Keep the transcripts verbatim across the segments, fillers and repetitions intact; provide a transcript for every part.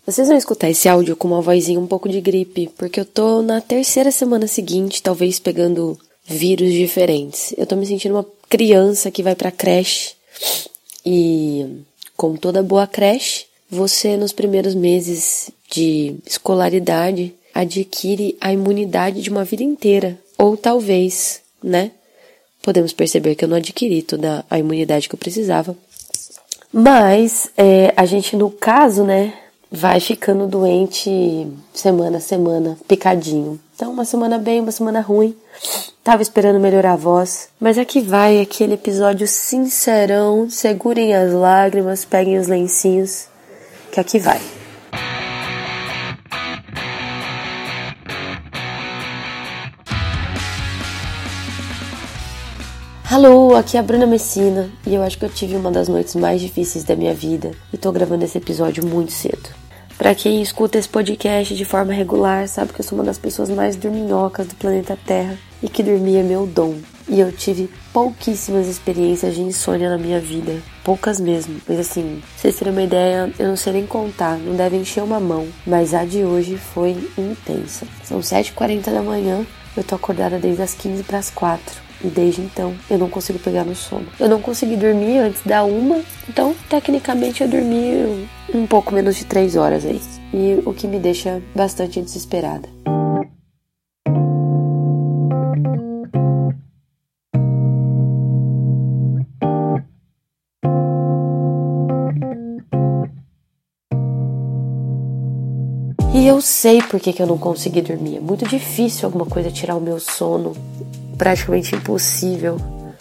Vocês vão escutar esse áudio com uma vozinha um pouco de gripe, porque eu tô na terceira semana seguinte, talvez pegando vírus diferentes. Eu tô me sentindo uma criança que vai pra creche e, como toda boa creche, você nos primeiros meses de escolaridade adquire a imunidade de uma vida inteira. Ou talvez, né? Podemos perceber que eu não adquiri toda a imunidade que eu precisava. Mas é, a gente, no caso, né, vai ficando doente semana a semana, picadinho. Então, uma semana bem, uma semana ruim. Tava esperando melhorar a voz. Mas aqui vai aquele episódio sincerão. Segurem as lágrimas, peguem os lencinhos, que aqui vai. Alô, aqui é a Bruna Messina e eu acho que eu tive uma das noites mais difíceis da minha vida e tô gravando esse episódio muito cedo. Pra quem escuta esse podcast de forma regular, sabe que eu sou uma das pessoas mais dorminhocas do planeta Terra e que dormir é meu dom. E eu tive pouquíssimas experiências de insônia na minha vida, poucas mesmo. Mas assim, pra vocês terem uma ideia, eu não sei nem contar, não deve encher uma mão, mas a de hoje foi intensa. São sete e quarenta da manhã, eu tô acordada desde as quinze para as quatro. E desde então, eu não consigo pegar no sono. Eu não consegui dormir antes da uma, então, tecnicamente, eu dormi um pouco menos de três horas aí. E o que me deixa bastante desesperada. E eu sei por que, que eu não consegui dormir. É muito difícil alguma coisa tirar o meu sono. Praticamente impossível,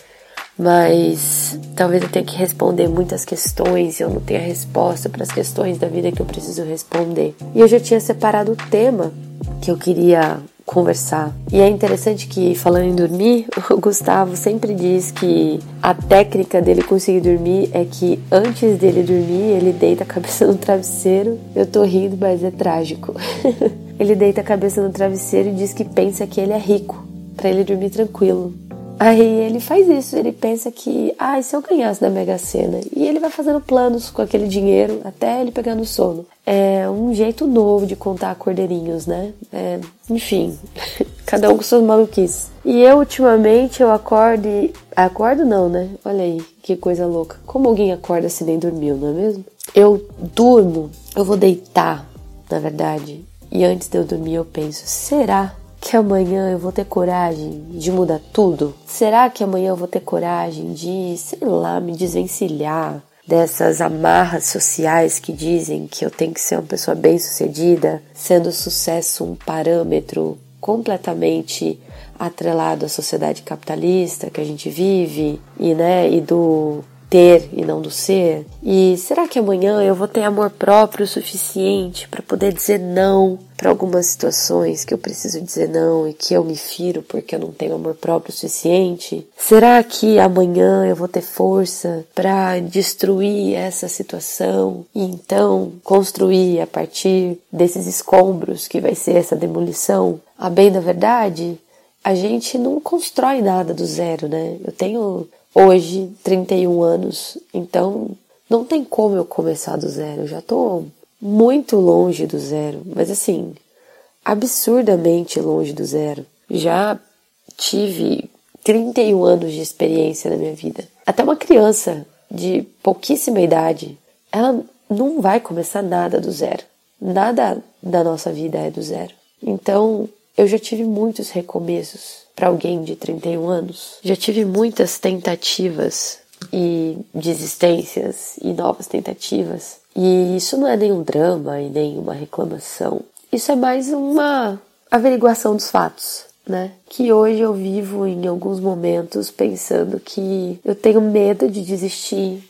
mas talvez eu tenha que responder muitas questões e eu não tenha resposta para as questões da vida que eu preciso responder. E eu já tinha separado o tema que eu queria conversar. E é interessante que, falando em dormir, o Gustavo sempre diz que a técnica dele conseguir dormir é que antes dele dormir, ele deita a cabeça no travesseiro. Eu tô rindo, mas é trágico. Ele deita a cabeça no travesseiro e diz que pensa que ele é rico, pra ele dormir tranquilo. Aí ele faz isso, ele pensa que, ah, e se eu ganhasse na Mega Sena? E ele vai fazendo planos com aquele dinheiro até ele pegar no sono. É um jeito novo de contar cordeirinhos, né? É, enfim, cada um com suas maluquices. E eu, ultimamente, eu acordo e... Acordo não, né? Olha aí, que coisa louca. Como alguém acorda se nem dormiu, não é mesmo? Eu durmo, eu vou deitar, na verdade. E antes de eu dormir eu penso, será que amanhã eu vou ter coragem de mudar tudo? Será que amanhã eu vou ter coragem de, sei lá, me desvencilhar dessas amarras sociais que dizem que eu tenho que ser uma pessoa bem-sucedida, sendo o sucesso um parâmetro completamente atrelado à sociedade capitalista que a gente vive e, né, e do ter e não do ser? E será que amanhã eu vou ter amor próprio o suficiente para poder dizer não para algumas situações que eu preciso dizer não e que eu me firo porque eu não tenho amor próprio o suficiente? Será que amanhã eu vou ter força para destruir essa situação e então construir a partir desses escombros que vai ser essa demolição? A bem da verdade, a gente não constrói nada do zero, né? Eu tenho hoje trinta e um anos, então não tem como eu começar do zero. Eu já tô muito longe do zero, mas assim, absurdamente longe do zero. Já tive trinta e um anos de experiência na minha vida. Até uma criança de pouquíssima idade, ela não vai começar nada do zero. Nada da nossa vida é do zero. Então, eu já tive muitos recomeços para alguém de trinta e um anos. Já tive muitas tentativas e desistências e novas tentativas. E isso não é nenhum drama e nem uma reclamação. Isso é mais uma averiguação dos fatos, né? Que hoje eu vivo em alguns momentos pensando que eu tenho medo de desistir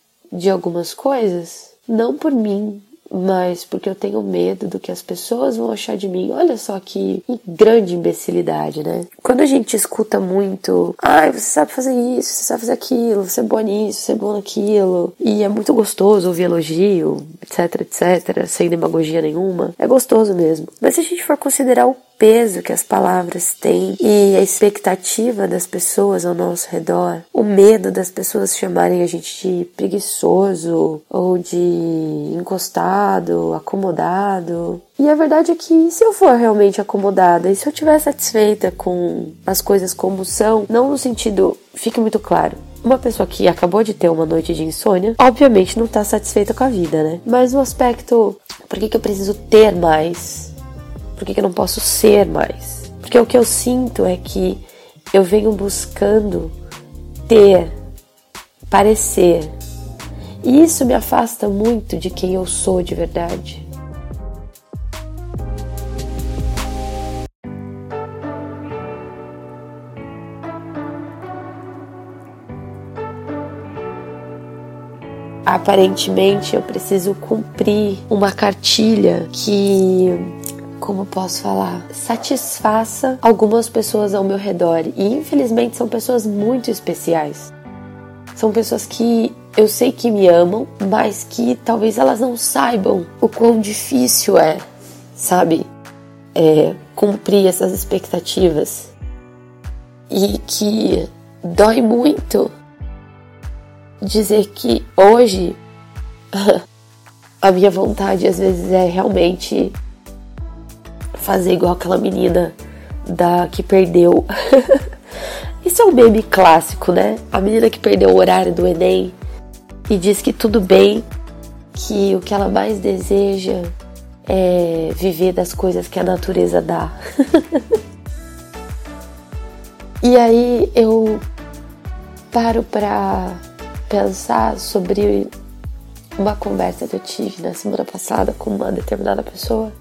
de algumas coisas, não por mim, mas porque eu tenho medo do que as pessoas vão achar de mim. Olha só que grande imbecilidade, né? Quando a gente escuta muito, ai, você sabe fazer isso, você sabe fazer aquilo, você é bom nisso, você é bom naquilo, e é muito gostoso ouvir elogio, etc, etc, sem demagogia nenhuma, é gostoso mesmo. Mas se a gente for considerar o peso que as palavras têm e a expectativa das pessoas ao nosso redor, o medo das pessoas chamarem a gente de preguiçoso ou de encostado, acomodado. E a verdade é que se eu for realmente acomodada e se eu estiver satisfeita com as coisas como são, não no sentido, fique muito claro, uma pessoa que acabou de ter uma noite de insônia, obviamente não está satisfeita com a vida, né? Mas no aspecto, por que que eu preciso ter mais? Por que que eu não posso ser mais? Porque o que eu sinto é que eu venho buscando ter, parecer. E isso me afasta muito de quem eu sou de verdade. Aparentemente eu preciso cumprir uma cartilha que, como posso falar, satisfaça algumas pessoas ao meu redor. E infelizmente são pessoas muito especiais. São pessoas que eu sei que me amam, mas que talvez elas não saibam o quão difícil é, sabe? É, cumprir essas expectativas. E que dói muito dizer que hoje a minha vontade às vezes é realmente fazer igual aquela menina da que perdeu. Isso é um meme clássico, né? A menina que perdeu o horário do Enem e diz que tudo bem, que o que ela mais deseja é viver das coisas que a natureza dá. E aí eu paro pra pensar sobre uma conversa que eu tive na semana passada com uma determinada pessoa.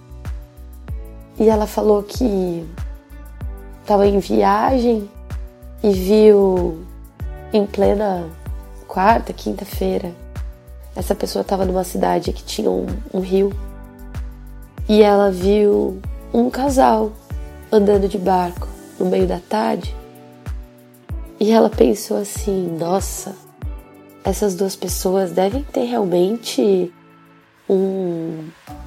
E ela falou que estava em viagem e viu em plena quarta, quinta-feira. Essa pessoa estava numa cidade que tinha um, um rio. E ela viu um casal andando de barco no meio da tarde. E ela pensou assim, nossa, essas duas pessoas devem ter realmente um,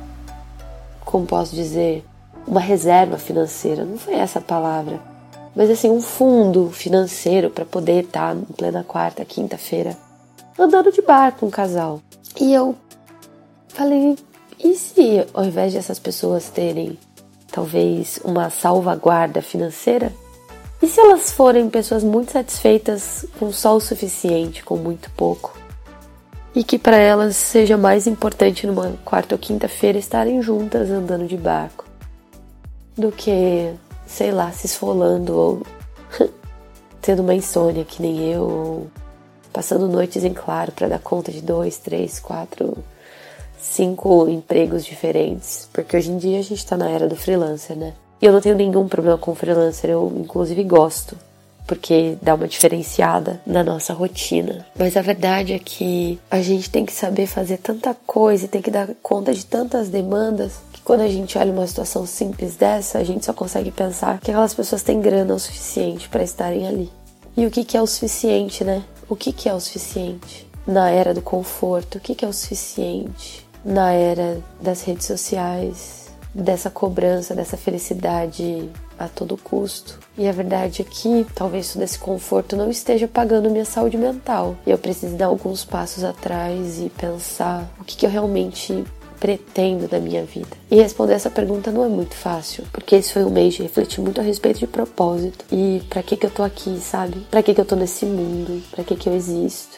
como posso dizer, uma reserva financeira. Não foi essa a palavra, mas assim, um fundo financeiro para poder estar em plena quarta, quinta-feira, andando de barco, um casal. E eu falei, e se ao invés de essas pessoas terem talvez uma salvaguarda financeira, e se elas forem pessoas muito satisfeitas com só o suficiente, com muito pouco? E que para elas seja mais importante numa quarta ou quinta-feira estarem juntas andando de barco do que, sei lá, se esfolando ou tendo uma insônia que nem eu, ou passando noites em claro para dar conta de dois, três, quatro, cinco empregos diferentes. Porque hoje em dia a gente tá na era do freelancer, né? E eu não tenho nenhum problema com freelancer, eu inclusive gosto, porque dá uma diferenciada na nossa rotina. Mas a verdade é que a gente tem que saber fazer tanta coisa e tem que dar conta de tantas demandas, que quando a gente olha uma situação simples dessa, a gente só consegue pensar que aquelas pessoas têm grana o suficiente para estarem ali. E o que que é o suficiente, né? O que que é o suficiente? Na era do conforto, o que que é o suficiente? Na era das redes sociais, dessa cobrança, dessa felicidade a todo custo. E a verdade é que talvez todo esse conforto não esteja pagando minha saúde mental. E eu preciso dar alguns passos atrás e pensar o que, que eu realmente pretendo da minha vida. E responder essa pergunta não é muito fácil, porque esse foi um mês de refletir muito a respeito de propósito. E pra que que eu tô aqui, sabe? Pra que que eu tô nesse mundo? Pra que que eu existo?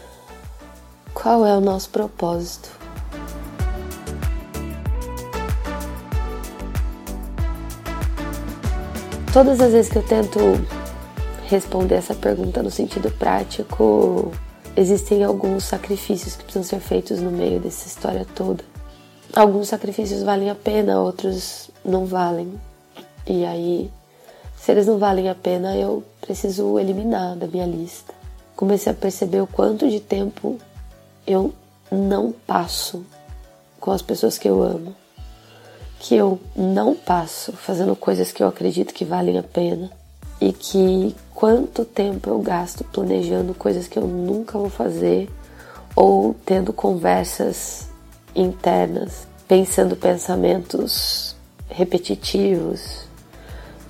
Qual é o nosso propósito? Todas as vezes que eu tento responder essa pergunta no sentido prático, existem alguns sacrifícios que precisam ser feitos no meio dessa história toda. Alguns sacrifícios valem a pena, outros não valem. E aí, se eles não valem a pena, eu preciso eliminar da minha lista. Comecei a perceber o quanto de tempo eu não passo com as pessoas que eu amo. Que eu não passo fazendo coisas que eu acredito que valem a pena. E que quanto tempo eu gasto planejando coisas que eu nunca vou fazer. Ou tendo conversas internas, pensando pensamentos repetitivos,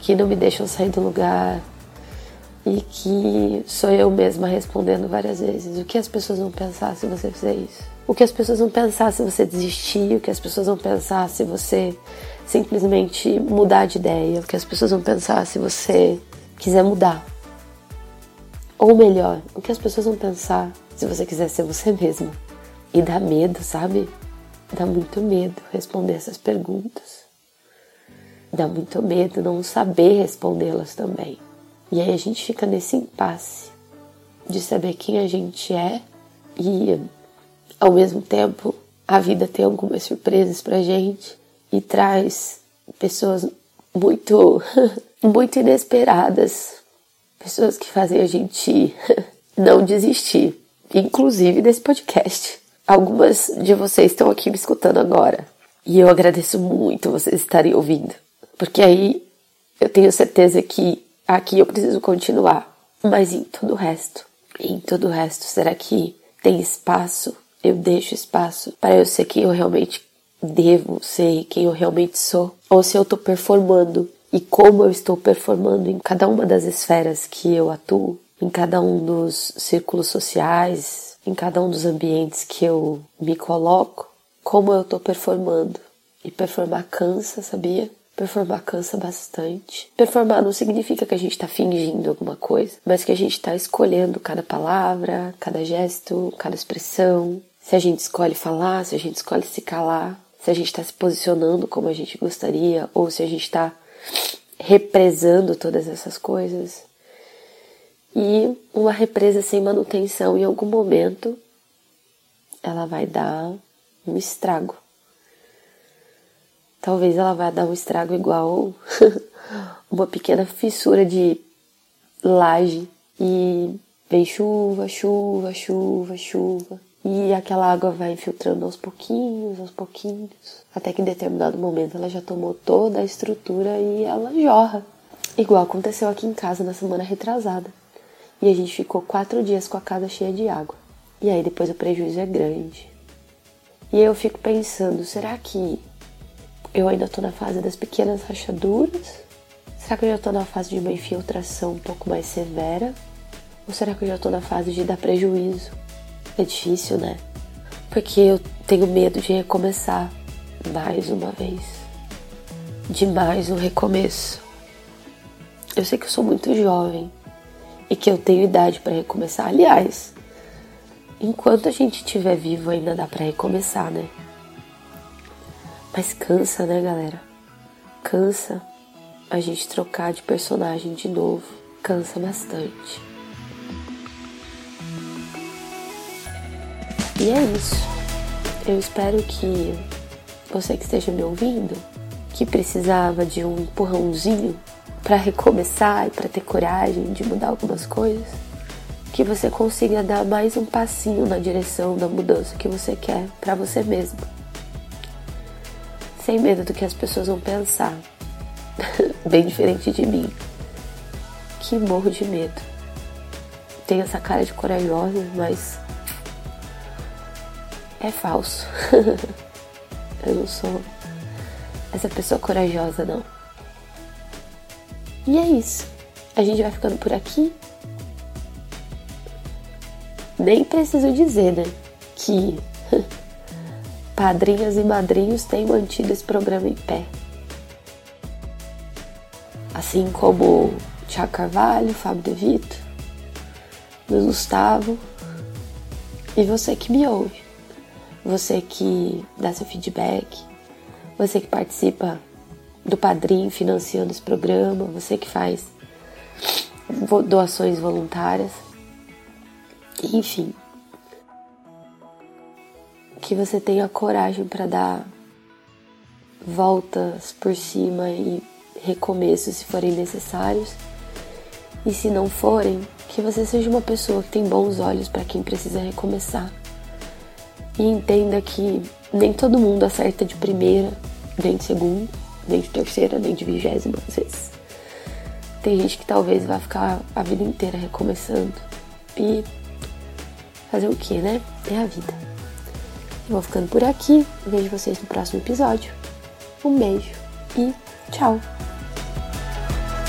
que não me deixam sair do lugar e que sou eu mesma respondendo várias vezes. O que as pessoas vão pensar se você fizer isso? O que as pessoas vão pensar se você desistir? O que as pessoas vão pensar se você simplesmente mudar de ideia? O que as pessoas vão pensar se você quiser mudar? Ou melhor, o que as pessoas vão pensar se você quiser ser você mesmo? E dá medo, sabe? Dá muito medo responder essas perguntas. Dá muito medo não saber respondê-las também. E aí a gente fica nesse impasse de saber quem a gente é e, ao mesmo tempo, a vida tem algumas surpresas pra gente e traz pessoas muito, muito inesperadas. Pessoas que fazem a gente não desistir, inclusive desse podcast. Algumas de vocês estão aqui me escutando agora e eu agradeço muito vocês estarem ouvindo, porque aí eu tenho certeza que aqui eu preciso continuar, mas em todo o resto, em todo o resto, será que tem espaço? Eu deixo espaço para eu ser quem eu realmente devo ser, quem eu realmente sou? Ou se eu estou performando e como eu estou performando em cada uma das esferas que eu atuo, em cada um dos círculos sociais, em cada um dos ambientes que eu me coloco, como eu estou performando. E performar cansa, sabia? Performar cansa bastante. Performar não significa que a gente está fingindo alguma coisa, mas que a gente está escolhendo cada palavra, cada gesto, cada expressão. Se a gente escolhe falar, se a gente escolhe se calar, se a gente está se posicionando como a gente gostaria, ou se a gente está represando todas essas coisas. E uma represa sem manutenção, em algum momento, ela vai dar um estrago. Talvez ela vai dar um estrago igual uma pequena fissura de laje. E vem chuva, chuva, chuva, chuva. E aquela água vai infiltrando aos pouquinhos, aos pouquinhos. Até que em determinado momento ela já tomou toda a estrutura e ela jorra. Igual aconteceu aqui em casa na semana retrasada. E a gente ficou quatro dias com a casa cheia de água. E aí depois o prejuízo é grande. E eu fico pensando, será que eu ainda tô na fase das pequenas rachaduras? Será que eu já tô na fase de uma infiltração um pouco mais severa? Ou será que eu já tô na fase de dar prejuízo? É difícil, né? Porque eu tenho medo de recomeçar mais uma vez. De mais um recomeço. Eu sei que eu sou muito jovem e que eu tenho idade para recomeçar. Aliás, enquanto a gente estiver vivo ainda dá para recomeçar, né? Mas cansa, né, galera? Cansa a gente trocar de personagem de novo. Cansa bastante. E é isso. Eu espero que você que esteja me ouvindo, que precisava de um empurrãozinho para recomeçar e para ter coragem de mudar algumas coisas, que você consiga dar mais um passinho na direção da mudança que você quer para você mesmo. Sem medo do que as pessoas vão pensar. Bem diferente de mim, que morro de medo. Tenho essa cara de corajosa, mas é falso. Eu não sou essa pessoa corajosa, não. E é isso. A gente vai ficando por aqui. Nem preciso dizer, né, que padrinhas e madrinhos têm mantido esse programa em pé. Assim como Thiago Carvalho, Fábio De Vito, Luiz Gustavo e você que me ouve. Você que dá seu feedback, você que participa do Padrim financiando esse programa, você que faz doações voluntárias, enfim. Que você tenha coragem para dar voltas por cima e recomeços se forem necessários. E se não forem, que você seja uma pessoa que tem bons olhos para quem precisa recomeçar. E entenda que nem todo mundo acerta de primeira, nem de segunda, nem de terceira, nem de vigésima, às vezes. Tem gente que talvez vá ficar a vida inteira recomeçando. E fazer o que, né? É a vida. Eu vou ficando por aqui. Vejo vocês no próximo episódio. Um beijo e tchau!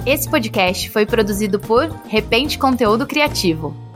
Esse podcast foi produzido por Repente Conteúdo Criativo.